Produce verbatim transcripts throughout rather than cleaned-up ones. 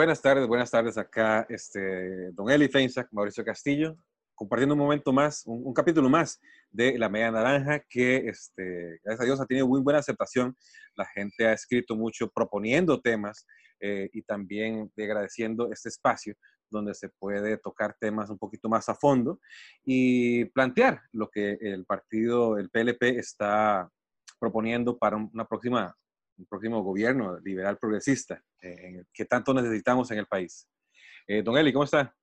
Buenas tardes, buenas tardes acá, este, don Eli Feinsack, Mauricio Castillo, compartiendo un momento más, un, un capítulo más de La Media Naranja que, este, gracias a Dios, ha tenido muy buena aceptación. La gente ha escrito mucho proponiendo temas eh, y también agradeciendo este espacio donde se puede tocar temas un poquito más a fondo y plantear lo que el partido, el P L P, está proponiendo para una próxima un próximo gobierno liberal progresista eh, que tanto necesitamos en el país. Eh, don Eli, ¿cómo está?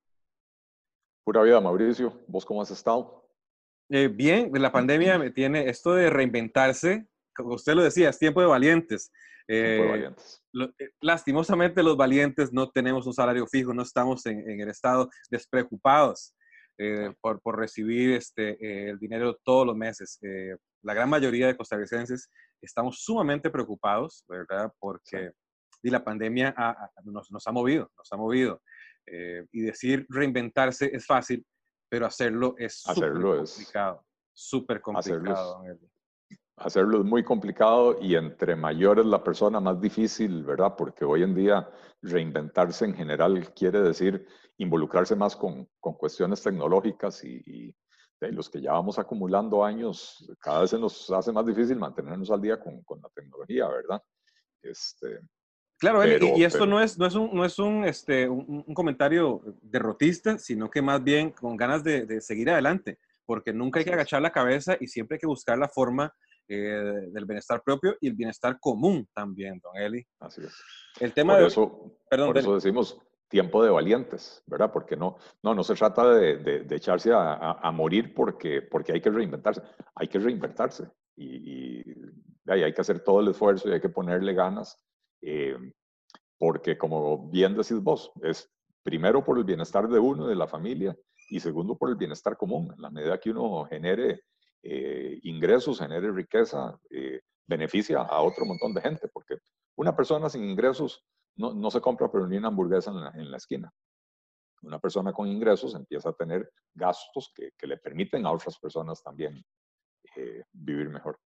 Pura vida, Mauricio. ¿Vos cómo has estado? Eh, bien, la pandemia me tiene esto de reinventarse, como usted lo decía, es tiempo de valientes. Tiempo de Eh, valientes. lo, eh, lastimosamente los valientes no tenemos un salario fijo, no estamos en, en el estado despreocupados eh, No, por, por recibir este, eh, el dinero todos los meses. Eh, la gran mayoría de costarricenses estamos sumamente preocupados, ¿verdad? sí. Porque y la pandemia ha, ha, nos, nos ha movido, nos ha movido. Eh, y decir reinventarse es fácil, pero hacerlo es súper Hacerlo es, complicado, súper hacerlo complicado, es, don Eli. hacerlo es muy complicado y entre mayor es la persona más difícil, ¿verdad? Porque hoy en día reinventarse en general quiere decir involucrarse más con, con cuestiones tecnológicas y, y de los que ya vamos acumulando años, cada vez se nos hace más difícil mantenernos al día con, con la tecnología, ¿verdad? Este, Claro, Eli, y, y pero, esto pero no es, no es, un, no es un, este, un, un comentario derrotista, sino que más bien con ganas de, de seguir adelante, porque nunca hay que así es, agachar la cabeza y siempre hay que buscar la forma eh, del bienestar propio y el bienestar común también, don Eli. así es. El tema Por de hoy, eso, perdón, por eso dele. decimos tiempo de valientes, ¿verdad? Porque no, no, no se trata de, de, de echarse a, a, a, morir porque, porque hay que reinventarse. Hay que reinventarse y, y hay, hay que hacer todo el esfuerzo y hay que ponerle ganas, eh, porque como bien decís vos, es primero por el bienestar de uno, de la familia, y segundo por el bienestar común. En la medida que uno genere eh, ingresos, genere riqueza, eh, beneficia a otro montón de gente, porque una persona sin ingresos no, no se compra pero ni una hamburguesa en la, en la esquina. Una persona con ingresos empieza a tener gastos que, que le permiten a otras personas también eh, vivir mejor.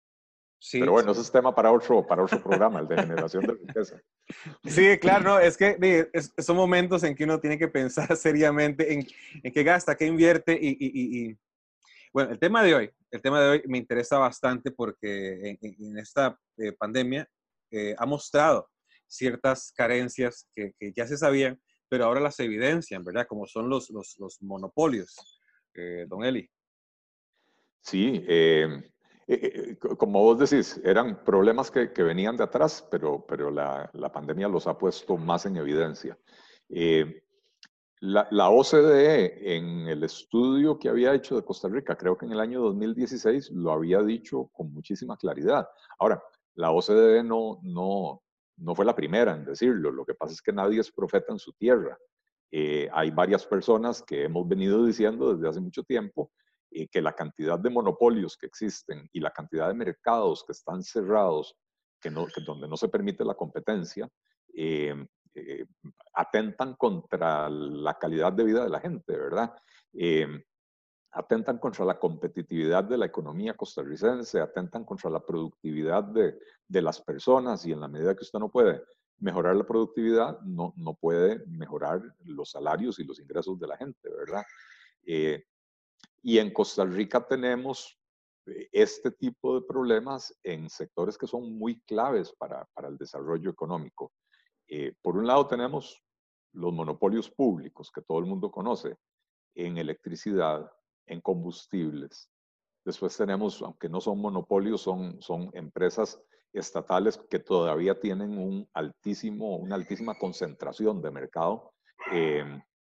Pero Sí, bueno, sí. ese es tema para otro, para otro programa, el de generación de riqueza. Sí, claro, no, es que de, es, son momentos en que uno tiene que pensar seriamente en, en qué gasta, qué invierte y, y, y, y, bueno, el tema de hoy, el tema de hoy me interesa bastante porque en, en esta eh, pandemia eh, ha mostrado ciertas carencias que, que, ya se sabían, pero ahora las evidencian, ¿verdad? Como son los, los, los monopolios, eh, don Eli. Sí, eh, eh, eh, como vos decís, eran problemas que, que venían de atrás, pero, pero la, la, pandemia los ha puesto más en evidencia. Eh, la, la O C D E, en el estudio que había hecho de Costa Rica, creo que en el año dos mil dieciséis, lo había dicho con muchísima claridad. Ahora, la O C D E no, no, no fue la primera en decirlo, lo que pasa es que nadie es profeta en su tierra. Eh, hay varias personas que hemos venido diciendo desde hace mucho tiempo eh, que la cantidad de monopolios que existen y la cantidad de mercados que están cerrados, que no, que donde no se permite la competencia, eh, eh, atentan contra la calidad de vida de la gente, ¿verdad? Eh, atentan contra la competitividad de la economía costarricense, atentan contra la productividad de, de las personas y en la medida que usted no puede mejorar la productividad, no, no puede mejorar los salarios y los ingresos de la gente, ¿verdad? Eh, y en Costa Rica tenemos eh, este tipo de problemas en sectores que son muy claves para, para el desarrollo económico. Eh, por un lado tenemos los monopolios públicos que todo el mundo conoce en electricidad, en combustibles. Después tenemos, aunque no son monopolios, son, son empresas estatales que todavía tienen un altísimo, una altísima concentración de mercado, eh,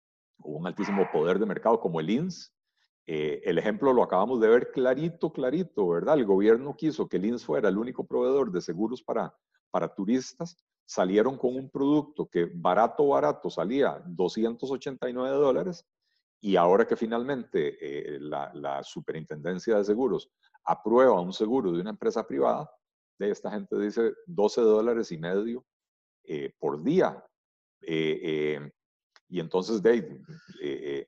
un altísimo poder de mercado, como el I N S. Eh, el ejemplo lo acabamos de ver clarito, clarito, ¿verdad? El gobierno quiso que el I N S fuera el único proveedor de seguros para, para turistas. Salieron con un producto que barato, barato salía doscientos ochenta y nueve dólares y ahora que finalmente eh, la, la Superintendencia de Seguros aprueba un seguro de una empresa privada, de esta gente dice doce dólares y medio eh, por día. Eh, eh, y entonces, de, eh, eh,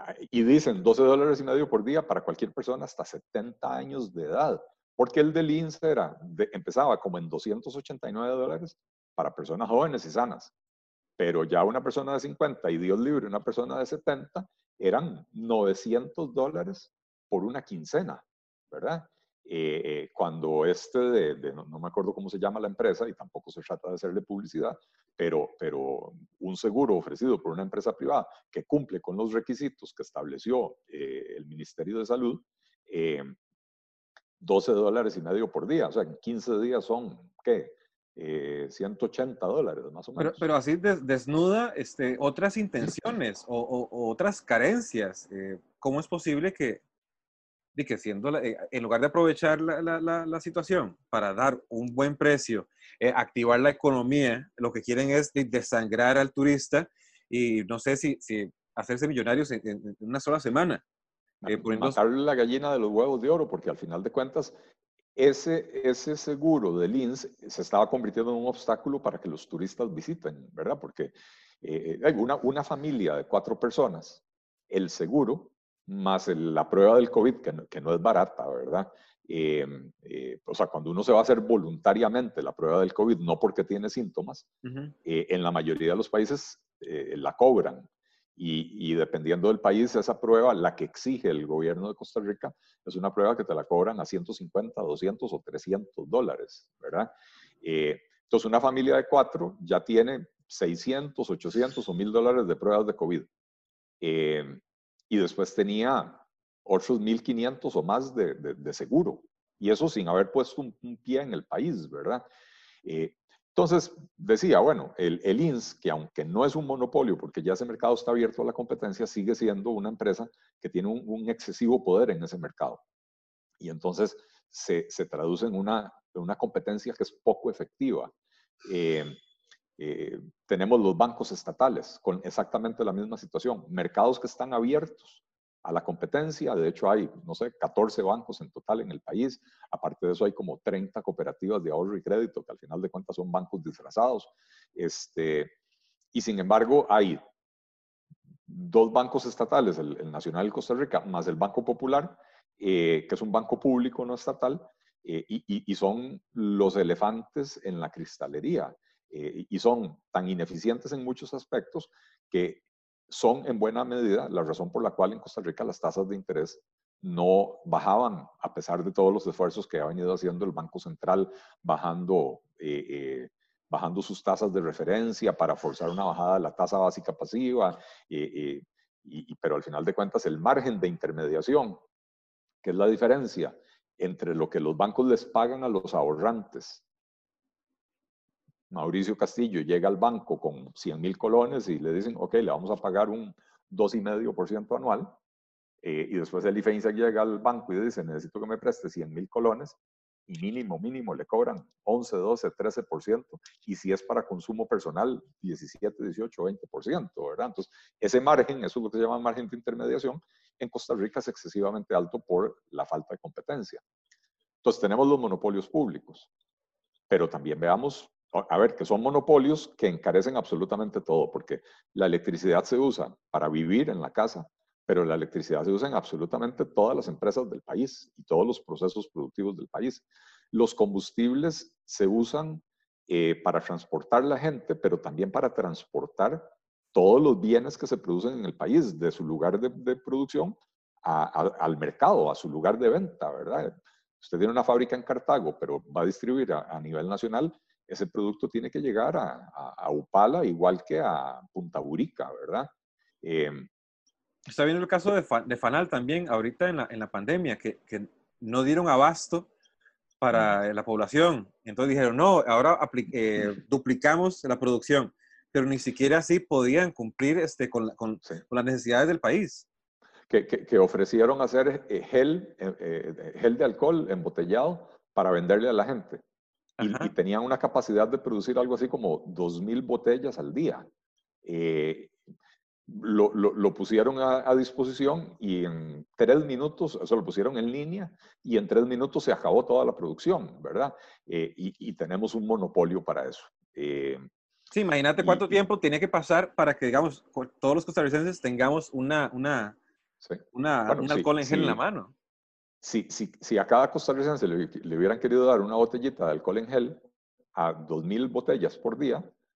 y dicen doce dólares y medio por día para cualquier persona hasta setenta años de edad. Porque el del I N S era, de, empezaba como en doscientos ochenta y nueve dólares para personas jóvenes y sanas. pero ya una persona de cincuenta y Dios libre, una persona de setenta, eran novecientos dólares por una quincena, ¿verdad? Eh, eh, cuando este de, de no, no, me acuerdo cómo se llama la empresa y tampoco se trata de hacerle publicidad, pero, pero un seguro ofrecido por una empresa privada que cumple con los requisitos que estableció eh, el Ministerio de Salud, eh, doce dólares y medio por día, o sea, en quince días son, ¿qué? Eh, ciento ochenta dólares, más o Pero, menos. pero así des- desnuda este, otras intenciones o, o- o otras carencias. Eh, ¿cómo es posible que, de que siendo la- eh, en lugar de aprovechar la, la- la- la situación para dar un buen precio, eh, activar la economía, lo que quieren es de- desangrar al turista y no sé si, si hacerse millonarios en, en- en una sola semana, eh, poniendo... Matarle la gallina de los huevos de oro, porque al final de cuentas, ese, ese seguro del I N S S se estaba convirtiendo en un obstáculo para que los turistas visiten, ¿verdad? Porque eh, hay una, una familia de cuatro personas, el seguro, más el- la prueba del COVID, que no, que no es barata, ¿verdad? Eh, eh, o sea, cuando uno se va a hacer voluntariamente la prueba del COVID, no porque tiene síntomas, Ujú. eh, en la mayoría de los países eh, la cobran. Y, y, dependiendo del país, esa prueba, la que exige el gobierno de Costa Rica, es una prueba que te la cobran a ciento cincuenta, doscientos o trescientos dólares, ¿verdad? Eh, entonces, una familia de cuatro ya tiene seiscientos, ochocientos o mil dólares de pruebas de COVID. Eh, y después tenía otros mil quinientos o más de, de, de seguro. Y eso sin haber puesto un, un pie en el país, ¿verdad? Eh, entonces, decía, bueno, el, el I N S S, que aunque no es un monopolio, porque ya ese mercado está abierto a la competencia, sigue siendo una empresa que tiene un, un excesivo poder en ese mercado. Y entonces se, se traduce en una, una competencia que es poco efectiva. Eh, eh, tenemos los bancos estatales con exactamente la misma situación, mercados que están abiertos a la competencia. De hecho, hay, no sé, catorce bancos en total en el país. Aparte de eso, hay como treinta cooperativas de ahorro y crédito, que al final de cuentas son bancos disfrazados. Este, y sin embargo, hay dos bancos estatales, el, el Nacional de Costa Rica, más el Banco Popular, eh, que es un banco público no estatal, eh, y, y, y son los elefantes en la cristalería. Eh, y son tan ineficientes en muchos aspectos que son en buena medida la razón por la cual en Costa Rica las tasas de interés no bajaban, a pesar de todos los esfuerzos que ha venido haciendo el Banco Central, bajando, eh, eh, bajando sus tasas de referencia para forzar una bajada de la tasa básica pasiva, eh, eh, y, pero al final de cuentas el margen de intermediación, que es la diferencia entre lo que los bancos les pagan a los ahorrantes. Mauricio Castillo llega al banco con cien mil colones y le dicen, ok, le vamos a pagar un dos coma cinco por ciento anual, eh, y después el IFEINSEC llega al banco y dice, necesito que me preste cien mil colones, y mínimo, mínimo le cobran once, doce, trece por ciento, y si es para consumo personal, diecisiete, dieciocho, veinte por ciento, ¿verdad? Entonces, ese margen, eso es lo que se llama margen de intermediación, en Costa Rica es excesivamente alto por la falta de competencia. Entonces, tenemos los monopolios públicos, pero también veamos, a ver, que son monopolios que encarecen absolutamente todo, porque la electricidad se usa para vivir en la casa, pero la electricidad se usa en absolutamente todas las empresas del país y todos los procesos productivos del país. Los combustibles se usan eh, para transportar la gente, pero también para transportar todos los bienes que se producen en el país, de su lugar de, de producción a, a, al mercado, a su lugar de venta, ¿verdad? Usted tiene una fábrica en Cartago, pero va a distribuir a, a nivel nacional, ese producto tiene que llegar a, a, a Upala igual que a Punta Burica, ¿verdad? Eh, Está viendo el caso de, Fa- de Fanal también, ahorita en la, en la pandemia, que, que no dieron abasto para la población. Entonces dijeron, no, ahora apli- eh, duplicamos la producción, pero ni siquiera así podían cumplir este, con, la- con, sí. con las necesidades del país. que, que, que, ofrecieron hacer eh, gel, eh, eh, gel de alcohol embotellado para venderle a la gente. Y, y Ajá. tenían una capacidad de producir algo así como dos mil botellas al día. Eh, lo, lo, lo, pusieron a, a, disposición y en tres minutos, eso lo pusieron en línea y en tres minutos se acabó toda la producción, ¿verdad? Eh, y, y, tenemos un monopolio para eso. Eh, Sí, imagínate y, cuánto tiempo tiene que pasar para que, digamos, todos los costarricenses tengamos una, una, sí. una, Bueno, un sí, alcohol en gel en la sí. mano. Si, si, si a cada costarricense le, le hubieran querido dar una botellita de alcohol en gel a dos mil botellas por día,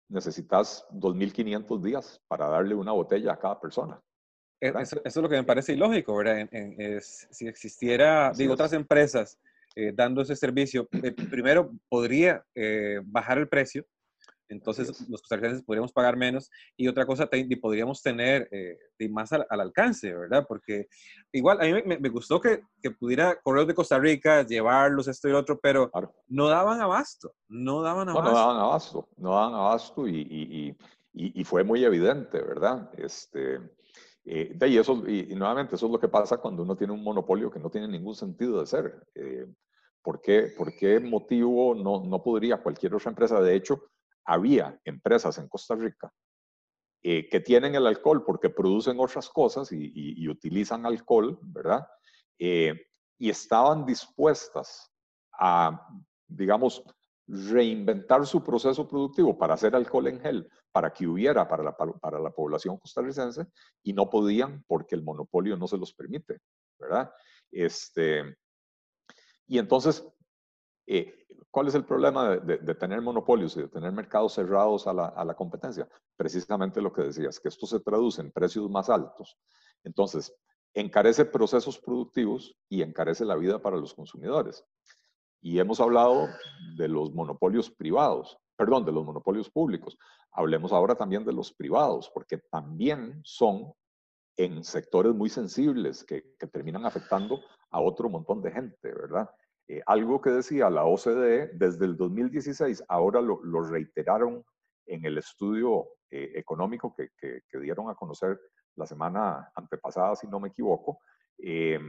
necesitas dos mil quinientos días para darle una botella a cada persona, E- ¿verdad? Eso, eso es lo que me parece ilógico, ¿verdad? En- en- es- si existiera, Así digo, otras es. empresas eh, dando ese servicio, eh, primero podría eh, bajar el precio. Así Entonces, es. los costarricenses podríamos pagar menos y otra cosa, te- y podríamos tener eh, de más al, al alcance, ¿verdad? Porque igual a mí me, me gustó que, que pudiera Correos de Costa Rica llevarlos, esto y lo otro, pero Claro. no daban abasto, no daban No, no abasto. daban abasto, no daban abasto y, y, y, y- y fue muy evidente, ¿verdad? Este, eh, de ahí eso, y, y nuevamente, eso es lo que pasa cuando uno tiene un monopolio que no tiene ningún sentido de ser. Eh, ¿por qué, por qué motivo no, no podría cualquier otra empresa? De hecho, había empresas en Costa Rica eh, que tienen el alcohol porque producen otras cosas y, y- y utilizan alcohol, ¿verdad? Eh, y estaban dispuestas a, digamos, reinventar su proceso productivo para hacer alcohol en gel, para que hubiera para la, para la población costarricense, y no podían porque el monopolio no se los permite, ¿verdad? Este, y entonces, eh, ¿cuál es el problema de, de, de, tener monopolios y de tener mercados cerrados a la, a la competencia? Precisamente lo que decías, que esto se traduce en precios más altos. Entonces, encarece procesos productivos y encarece la vida para los consumidores. Y hemos hablado de los monopolios privados, perdón, de los monopolios públicos. Hablemos ahora también de los privados, porque también son en sectores muy sensibles que, que terminan afectando a otro montón de gente, ¿verdad? Eh, algo que decía la O C D E desde el dos mil dieciséis, ahora lo, lo reiteraron en el estudio eh, económico que, que, que, dieron a conocer la semana antepasada, si no me equivoco, eh,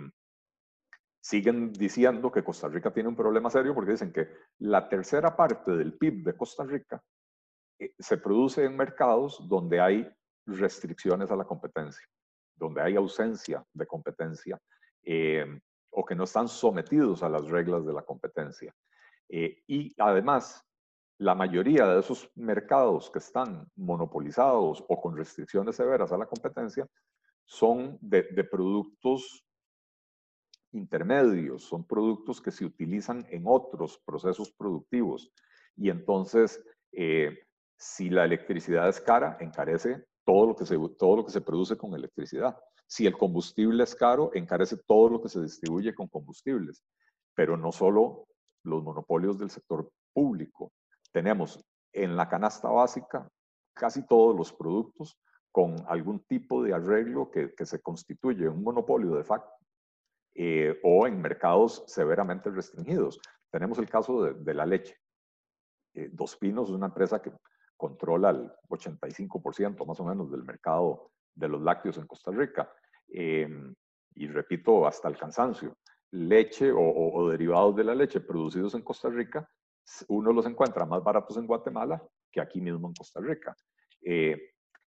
siguen diciendo que Costa Rica tiene un problema serio porque dicen que la tercera parte del P I B de Costa Rica eh, se produce en mercados donde hay restricciones a la competencia, donde hay ausencia de competencia eh, o que no están sometidos a las reglas de la competencia. Eh, y además, la mayoría de esos mercados que están monopolizados o con restricciones severas a la competencia son de, de productos intermedios, son productos que se utilizan en otros procesos productivos. Y entonces, eh, si la electricidad es cara, encarece todo lo, que se, todo lo que se produce con electricidad. Si el combustible es caro, encarece todo lo que se distribuye con combustibles. Pero no solo los monopolios del sector público. Tenemos en la canasta básica casi todos los productos con algún tipo de arreglo que, que se constituye un monopolio de facto eh, o en mercados severamente restringidos. Tenemos el caso de, de la leche. Eh, Dos Pinos es una empresa que controla el ochenta y cinco por ciento más o menos del mercado de los lácteos en Costa Rica. Eh, y repito, hasta el cansancio. Leche o, o, o derivados de la leche producidos en Costa Rica, uno los encuentra más baratos en Guatemala que aquí mismo en Costa Rica. Eh,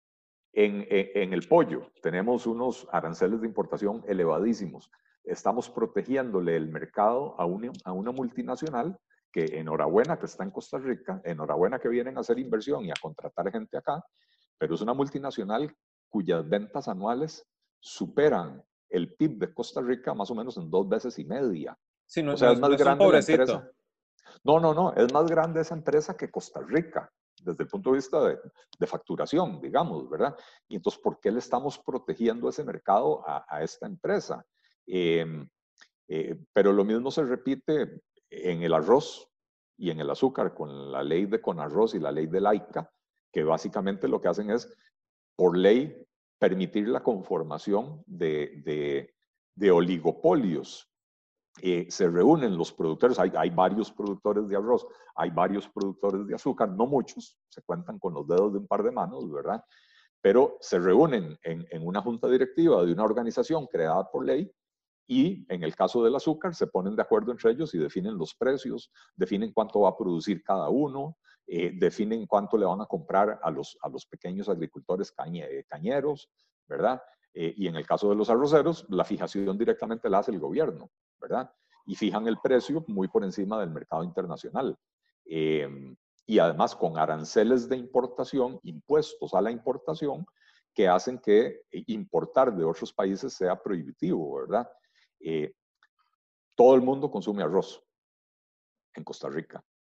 en, en, en, el pollo tenemos unos aranceles de importación elevadísimos. Estamos protegiéndole el mercado a una, a una multinacional que enhorabuena que está en Costa Rica, enhorabuena que vienen a hacer inversión y a contratar gente acá, pero es una multinacional cuyas ventas anuales superan el P I B de Costa Rica más o menos en dos veces y media. Sí, no, O sea, no, es es, no más es un grande la pobrecito. empresa. No, no, no, es más grande esa empresa que Costa Rica, desde el punto de vista de, de facturación, digamos, ¿verdad? Y entonces, ¿por qué le estamos protegiendo ese mercado a, a esta empresa? Eh, eh, pero lo mismo se repite en el arroz y en el azúcar, con la ley de Conarroz y la ley de Laica, que básicamente lo que hacen es, por ley, permitir la conformación de, de, de oligopolios. Eh, se reúnen los productores, hay, hay, varios productores de arroz, hay varios productores de azúcar, no muchos, se cuentan con los dedos de un par de manos, ¿verdad? Pero se reúnen en, en una junta directiva de una organización creada por ley y en el caso del azúcar se ponen de acuerdo entre ellos y definen los precios, definen cuánto va a producir cada uno, eh, definen cuánto le van a comprar a los, a los pequeños agricultores cañe, cañeros, ¿verdad? Eh, y en el caso de los arroceros, la fijación directamente la hace el gobierno, ¿verdad? Y fijan el precio muy por encima del mercado internacional. Eh, y además con aranceles de importación, impuestos a la importación, que hacen que importar de otros países sea prohibitivo, ¿verdad? Eh, todo el mundo consume arroz en Costa Rica.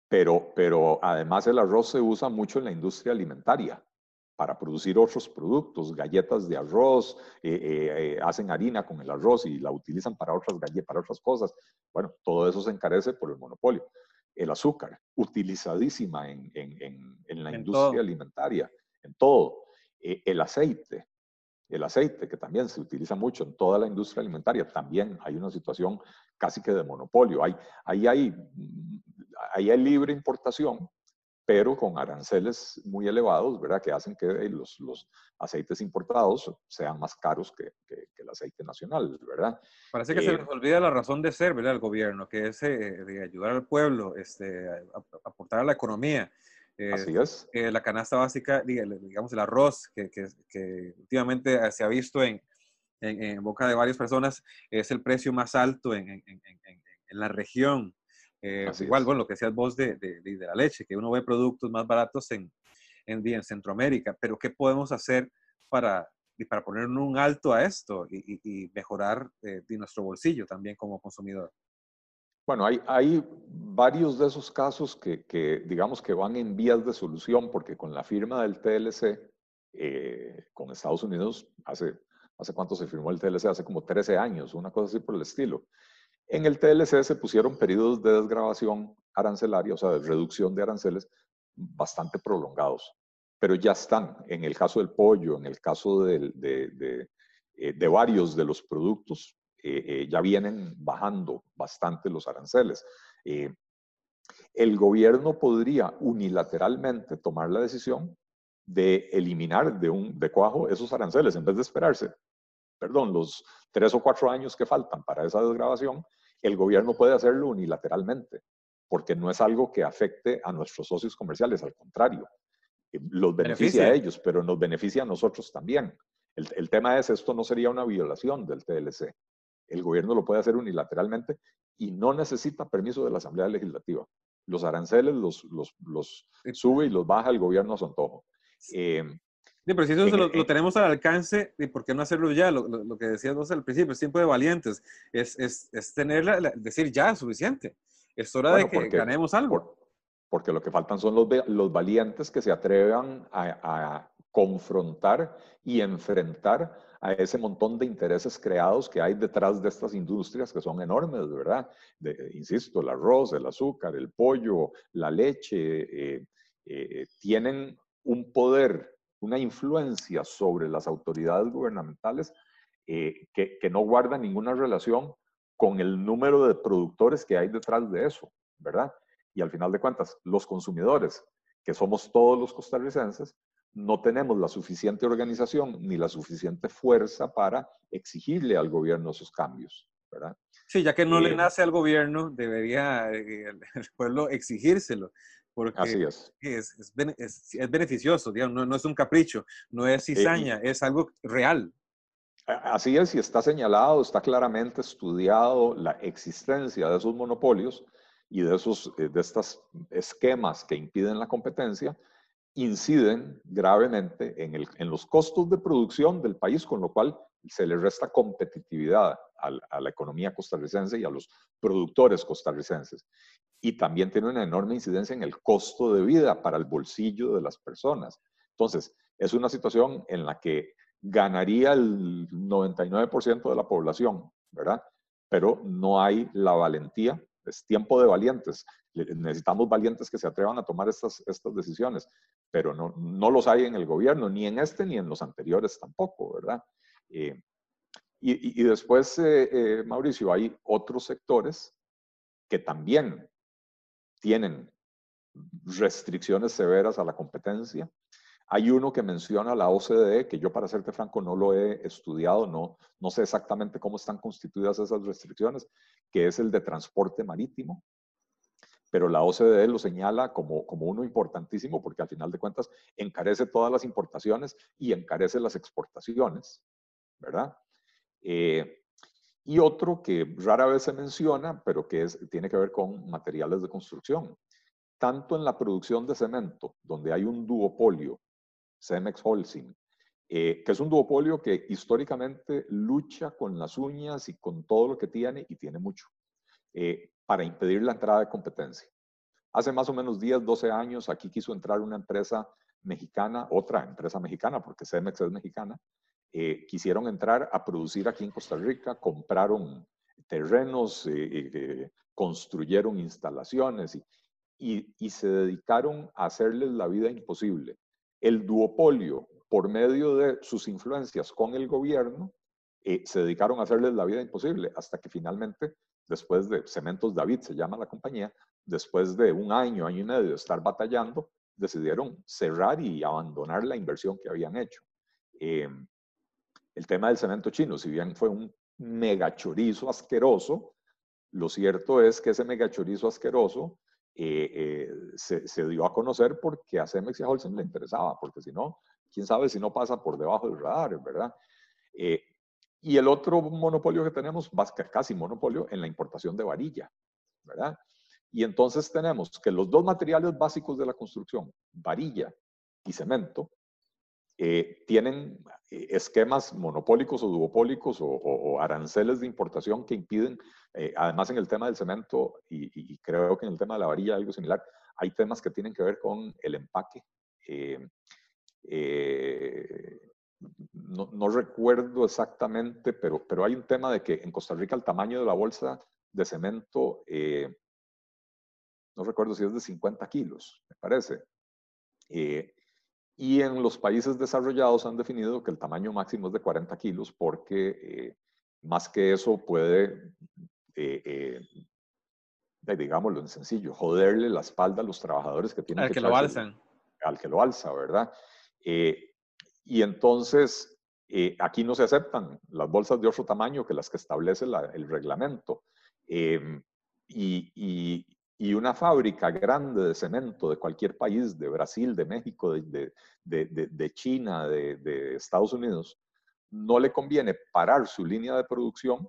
pero, pero además el arroz se usa mucho en la industria alimentaria para producir otros productos, galletas de arroz, eh, eh, eh, hacen harina con el arroz y la utilizan para otras galletas, para otras cosas. Bueno, todo eso se encarece por el monopolio. El azúcar, utilizadísima en, en, en, en la En industria todo. alimentaria, en todo. Eh, el aceite, el aceite, que también se utiliza mucho en toda la industria alimentaria, también hay una situación casi que de monopolio. Hay, ahí, hay, ahí hay libre importación, pero con aranceles muy elevados, ¿verdad? Que hacen que los, los aceites importados sean más caros que, que, que el aceite nacional, ¿verdad? Parece que se les Eh, olvida la razón de ser, ¿verdad? El gobierno, que es eh, de ayudar al pueblo, este, a- a- aportar a la economía. Eh, así es, eh, la canasta básica, diga- digamos, el arroz, que, que, que últimamente se ha visto en, en, en boca de varias personas, es el precio más alto en, en, en, en- en la región. Eh, así igual, es. bueno, lo que decías vos de, de, de la leche, que uno ve productos más baratos en, en, en Centroamérica, pero ¿qué podemos hacer para, para poner un alto a esto y, y, y mejorar eh, nuestro bolsillo también como consumidor? Bueno, hay, hay varios de esos casos que, que, digamos que van en vías de solución porque con la firma del T L C eh, con Estados Unidos, hace, ¿hace cuánto se firmó el T L C? Hace como trece años, una cosa así por el estilo. En el T L C se pusieron periodos de desgravación arancelaria, o sea, de reducción de aranceles bastante prolongados, pero ya están. En el caso del pollo, en el caso de, de, de, eh, de varios de los productos, eh, eh, ya vienen bajando bastante los aranceles. Eh, el gobierno podría unilateralmente tomar la decisión de eliminar de un de cuajo esos aranceles en vez de esperarse, perdón, los tres o cuatro años que faltan para esa desgravación, el gobierno puede hacerlo unilateralmente, porque no es algo que afecte a nuestros socios comerciales, al contrario, eh, los beneficia a Beneficia. ellos, pero nos beneficia a nosotros también. El, el tema es, esto no sería una violación del T L C. El gobierno lo puede hacer unilateralmente y no necesita permiso de la Asamblea Legislativa. Los aranceles los, los, los sube y los baja el gobierno a su antojo. Eh, Sí, pero si eso se en, lo, lo en, tenemos al alcance, ¿y por qué no hacerlo ya? Lo, lo, lo que decías vos al principio, es tiempo de valientes. Es, es, es tener la, la- decir ya, suficiente. Es hora de bueno, que porque, ganemos algo. por, porque lo que faltan son los, los valientes que se atrevan a, a confrontar y enfrentar a ese montón de intereses creados que hay detrás de estas industrias que son enormes, ¿verdad? De, insisto, el arroz, el azúcar, el pollo, la leche, eh, eh, tienen un poder, una influencia sobre las autoridades gubernamentales eh, que, que no guarda ninguna relación con el número de productores que hay detrás de eso, ¿verdad? Y al final de cuentas, los consumidores, que somos todos los costarricenses, no tenemos la suficiente organización ni la suficiente fuerza para exigirle al gobierno esos cambios, ¿verdad? Sí, ya que no le Eh, nace al gobierno, debería eh, el, el pueblo exigírselo, porque así es. es, es, es, es beneficioso, digamos, no, no, es un capricho, no es Eh, y, cizaña, es algo real. así es, y está señalado, está claramente estudiado la existencia de esos monopolios y de esos eh, de estos esquemas que impiden la competencia, inciden gravemente en, el, en, los costos de producción del país, con lo cual se le resta competitividad a, a, la economía costarricense y a los productores costarricenses. Y también tiene una enorme incidencia en el costo de vida para el bolsillo de las personas. Entonces, es una situación en la que ganaría el noventa y nueve por ciento de la población, ¿verdad? Pero no hay la valentía, es tiempo de valientes. Necesitamos valientes que se atrevan a tomar estas, estas decisiones, pero no, no los hay en el gobierno, ni en este ni en los anteriores tampoco, ¿verdad? Eh, y, y, después, eh, eh, Mauricio, hay otros sectores que también tienen restricciones severas a la competencia. Hay uno que menciona la O C D E, que yo, para serte franco, no lo he estudiado, no, no sé exactamente cómo están constituidas esas restricciones, que es el de transporte marítimo, pero la O C D E lo señala como, como uno importantísimo porque al final de cuentas encarece todas las importaciones y encarece las exportaciones, ¿verdad? Eh, y otro que rara vez se menciona, pero que es, tiene que ver con materiales de construcción. Tanto en la producción de cemento, donde hay un duopolio, Cemex Holcim, eh, que es un duopolio que históricamente lucha con las uñas y con todo lo que tiene, y tiene mucho, eh, para impedir la entrada de competencia. Hace más o menos diez, doce años aquí quiso entrar una empresa mexicana, otra empresa mexicana, porque Cemex es mexicana, eh, quisieron entrar a producir aquí en Costa Rica, compraron terrenos, eh, eh, construyeron instalaciones y, y, y se dedicaron a hacerles la vida imposible. El duopolio, por medio de sus influencias con el gobierno, eh, se dedicaron a hacerles la vida imposible hasta que finalmente, después de Cementos David, se llama la compañía, después de un año, año y medio de estar batallando, decidieron cerrar y abandonar la inversión que habían hecho. Eh, el tema del cemento chino, si bien fue un megachorizo asqueroso, lo cierto es que ese megachorizo asqueroso eh, eh, se, se, dio a conocer porque a Cemex y a Holcim le interesaba, porque si no, quién sabe si no pasa por debajo del radar, ¿verdad? Eh, y el otro monopolio que tenemos, casi monopolio, en la importación de varilla, ¿verdad? Y entonces tenemos que los dos materiales básicos de la construcción, varilla y cemento, eh, tienen esquemas monopólicos o duopólicos o, o, o aranceles de importación que impiden, eh, además en el tema del cemento y, y creo que en el tema de la varilla algo similar, hay temas que tienen que ver con el empaque. Eh, eh, no, no recuerdo exactamente, pero, pero hay un tema de que en Costa Rica el tamaño de la bolsa de cemento, eh, no recuerdo si es de cincuenta kilos, me parece. Eh, y en los países desarrollados han definido que el tamaño máximo es de cuarenta kilos porque eh, más que eso puede, eh, eh, digámoslo en sencillo, joderle la espalda a los trabajadores que tienen Al que que lo echarse alzan. al que lo alza, ¿verdad? Eh, y entonces, eh, aquí no se aceptan las bolsas de otro tamaño que las que establece la, el reglamento. Eh, y, y, y, una fábrica grande de cemento de cualquier país, de Brasil, de México, de, de, de, de China, de, de Estados Unidos, no le conviene parar su línea de producción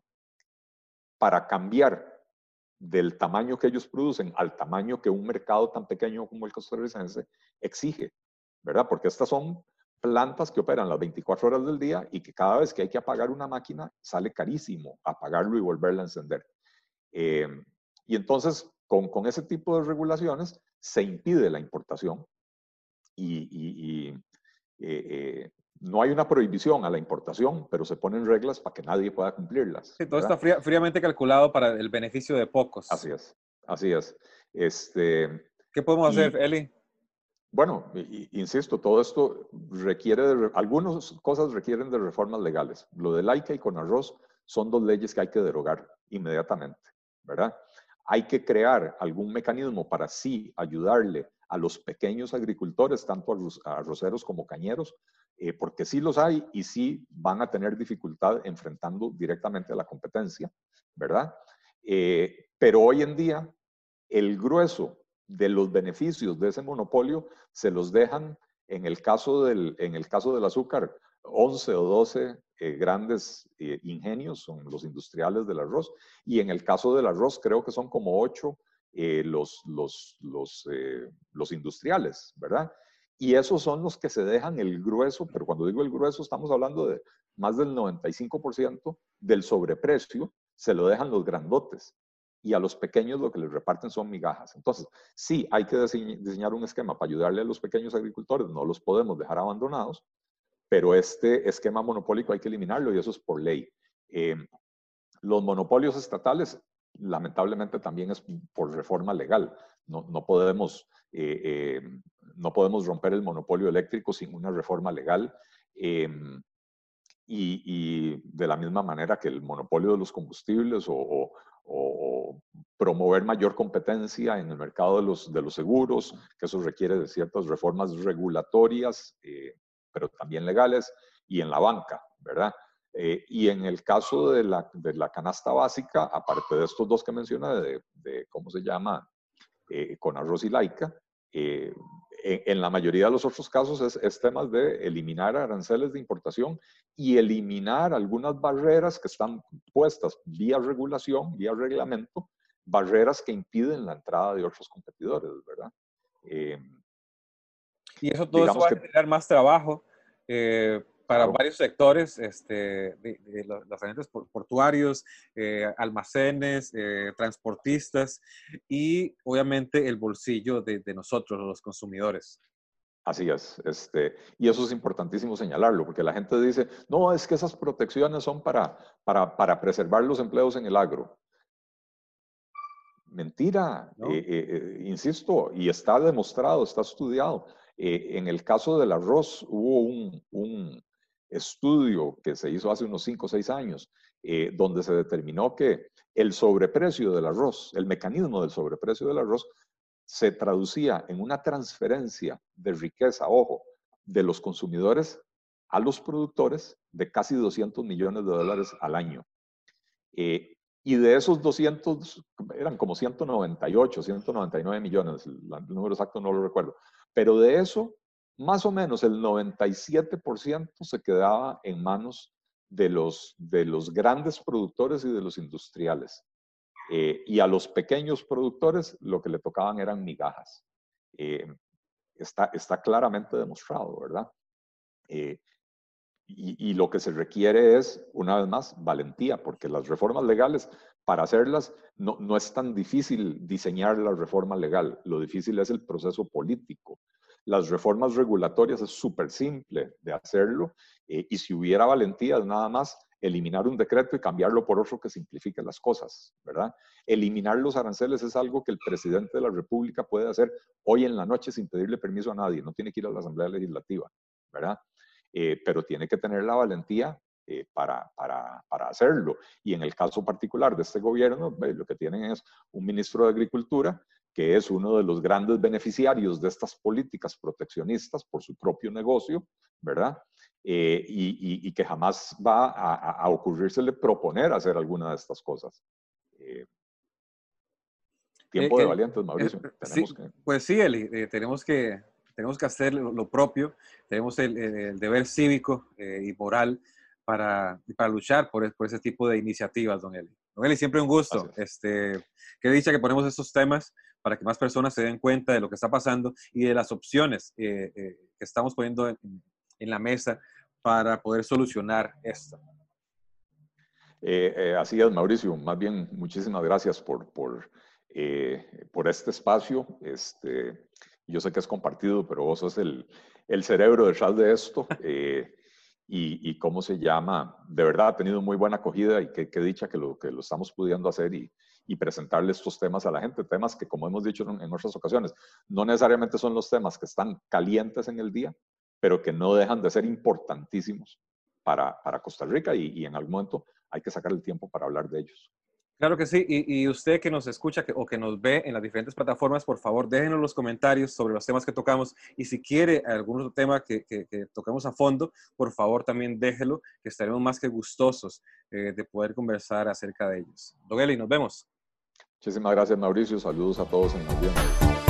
para cambiar del tamaño que ellos producen al tamaño que un mercado tan pequeño como el costarricense exige, ¿verdad? Porque estas son plantas que operan las veinticuatro horas del día y que cada vez que hay que apagar una máquina sale carísimo apagarlo y volverla a encender. Eh, y entonces, con, con ese tipo de regulaciones, se impide la importación y, y, y eh, eh, no hay una prohibición a la importación, pero se ponen reglas para que nadie pueda cumplirlas, Sí, todo está ¿verdad? fría, fríamente calculado para el beneficio de pocos. Así es, así es. Este, ¿Qué podemos hacer, y Eli? bueno, y, insisto, todo esto requiere de, algunas cosas requieren de reformas legales. Lo del AICA y Conarroz son dos leyes que hay que derogar inmediatamente, ¿verdad? Hay que crear algún mecanismo para sí ayudarle a los pequeños agricultores, tanto a arroceros como cañeros, eh, porque sí los hay y sí van a tener dificultad enfrentando directamente a la competencia, ¿verdad? Eh, pero hoy en día, el grueso de los beneficios de ese monopolio se los dejan, en el caso del, en el caso del azúcar, once o doce eh, grandes eh, ingenios, son los industriales del arroz, y en el caso del arroz creo que son como ocho eh, los, los, los, eh, los industriales, ¿verdad? Y esos son los que se dejan el grueso, pero cuando digo el grueso estamos hablando de más del noventa y cinco por ciento del sobreprecio, se lo dejan los grandotes y a los pequeños lo que les reparten son migajas. Entonces, sí, hay que diseñar un esquema para ayudarle a los pequeños agricultores, no los podemos dejar abandonados, pero este esquema monopólico hay que eliminarlo y eso es por ley. Eh, los monopolios estatales, lamentablemente, también es por reforma legal. No, no, podemos, eh, eh, no podemos romper el monopolio eléctrico sin una reforma legal. Eh, y, y, de la misma manera que el monopolio de los combustibles o, o, o, promover mayor competencia en el mercado de los, de los seguros, que eso requiere de ciertas reformas regulatorias, eh, pero también legales, y en la banca, ¿verdad? Eh, y en el caso de la, de la canasta básica, aparte de estos dos que mencioné, de, de ¿cómo se llama? Eh, con arroz y laica, eh, en, en, la mayoría de los otros casos es, es temas de eliminar aranceles de importación y eliminar algunas barreras que están puestas vía regulación, vía reglamento, barreras que impiden la entrada de otros competidores, ¿verdad? Eh, y eso, todo eso digamos va a que... generar más trabajo, eh, para claro. varios sectores, este, de, de los, los agentes portuarios, eh, almacenes, eh, transportistas y obviamente el bolsillo de, de nosotros, los consumidores. Así es, este, y eso es importantísimo señalarlo, porque la gente dice, no, es que esas protecciones son para, para, para preservar los empleos en el agro. Mentira, ¿No? eh, eh, eh, insisto, y está demostrado, está estudiado. Eh, en el caso del arroz hubo un, un estudio que se hizo hace unos cinco o seis años, eh, donde se determinó que el sobreprecio del arroz, el mecanismo del sobreprecio del arroz, se traducía en una transferencia de riqueza, ojo, de los consumidores a los productores de casi doscientos millones de dólares al año. Eh, y de esos doscientos, eran como ciento noventa y ocho, ciento noventa y nueve millones, el, el número exacto no lo recuerdo, pero de eso, más o menos el noventa y siete por ciento se quedaba en manos de los, de los grandes productores y de los industriales. Eh, y a los pequeños productores lo que le tocaban eran migajas. Eh, está, está claramente demostrado, ¿verdad? Eh, y, y lo que se requiere es, una vez más, valentía, porque las reformas legales, para hacerlas, no, no es tan difícil diseñar la reforma legal, lo difícil es el proceso político. Las reformas regulatorias es súper simple de hacerlo, eh, y si hubiera valentía, es nada más eliminar un decreto y cambiarlo por otro que simplifique las cosas, ¿verdad? Eliminar los aranceles es algo que el presidente de la República puede hacer hoy en la noche sin pedirle permiso a nadie, no tiene que ir a la Asamblea Legislativa, ¿verdad? Eh, pero tiene que tener la valentía eh, para, para, para hacerlo. Y en el caso particular de este gobierno, eh, lo que tienen es un ministro de Agricultura que es uno de los grandes beneficiarios de estas políticas proteccionistas por su propio negocio, ¿verdad? Eh, y, y, y que jamás va a, a ocurrírsele proponer hacer alguna de estas cosas. Eh, Eh, tiempo de el, valientes, eh, Mauricio. sí, Tenemos que... pues sí, Eli, eh, tenemos que, tenemos que hacer lo, lo propio, tenemos el, el, el deber cívico eh, y moral para, para luchar por, por ese tipo de iniciativas, don Eli. Don Eli, siempre un gusto. Gracias. Este, qué dicha que ponemos estos temas para que más personas se den cuenta de lo que está pasando y de las opciones eh, eh, que estamos poniendo en, en la mesa para poder solucionar esto. Eh, eh, así es, Mauricio. Más bien, muchísimas gracias por, por, eh, por este espacio. Este, yo sé que es compartido, pero vos sos el, el cerebro detrás de esto. Eh, y, y cómo se llama, de verdad ha tenido muy buena acogida y qué, qué dicha que lo, que lo estamos pudiendo hacer y, y presentarle estos temas a la gente. Temas que, como hemos dicho en, en otras ocasiones, no necesariamente son los temas que están calientes en el día, pero que no dejan de ser importantísimos para, para Costa Rica y, y en algún momento hay que sacar el tiempo para hablar de ellos. Claro que sí, y, y usted que nos escucha que, o que nos ve en las diferentes plataformas, por favor, déjenos los comentarios sobre los temas que tocamos y si quiere algún otro tema que, que, que toquemos a fondo, por favor también déjelo, que estaremos más que gustosos eh, de poder conversar acerca de ellos. Don Eli, nos vemos. Muchísimas gracias, Mauricio. Saludos a todos en la audiencia.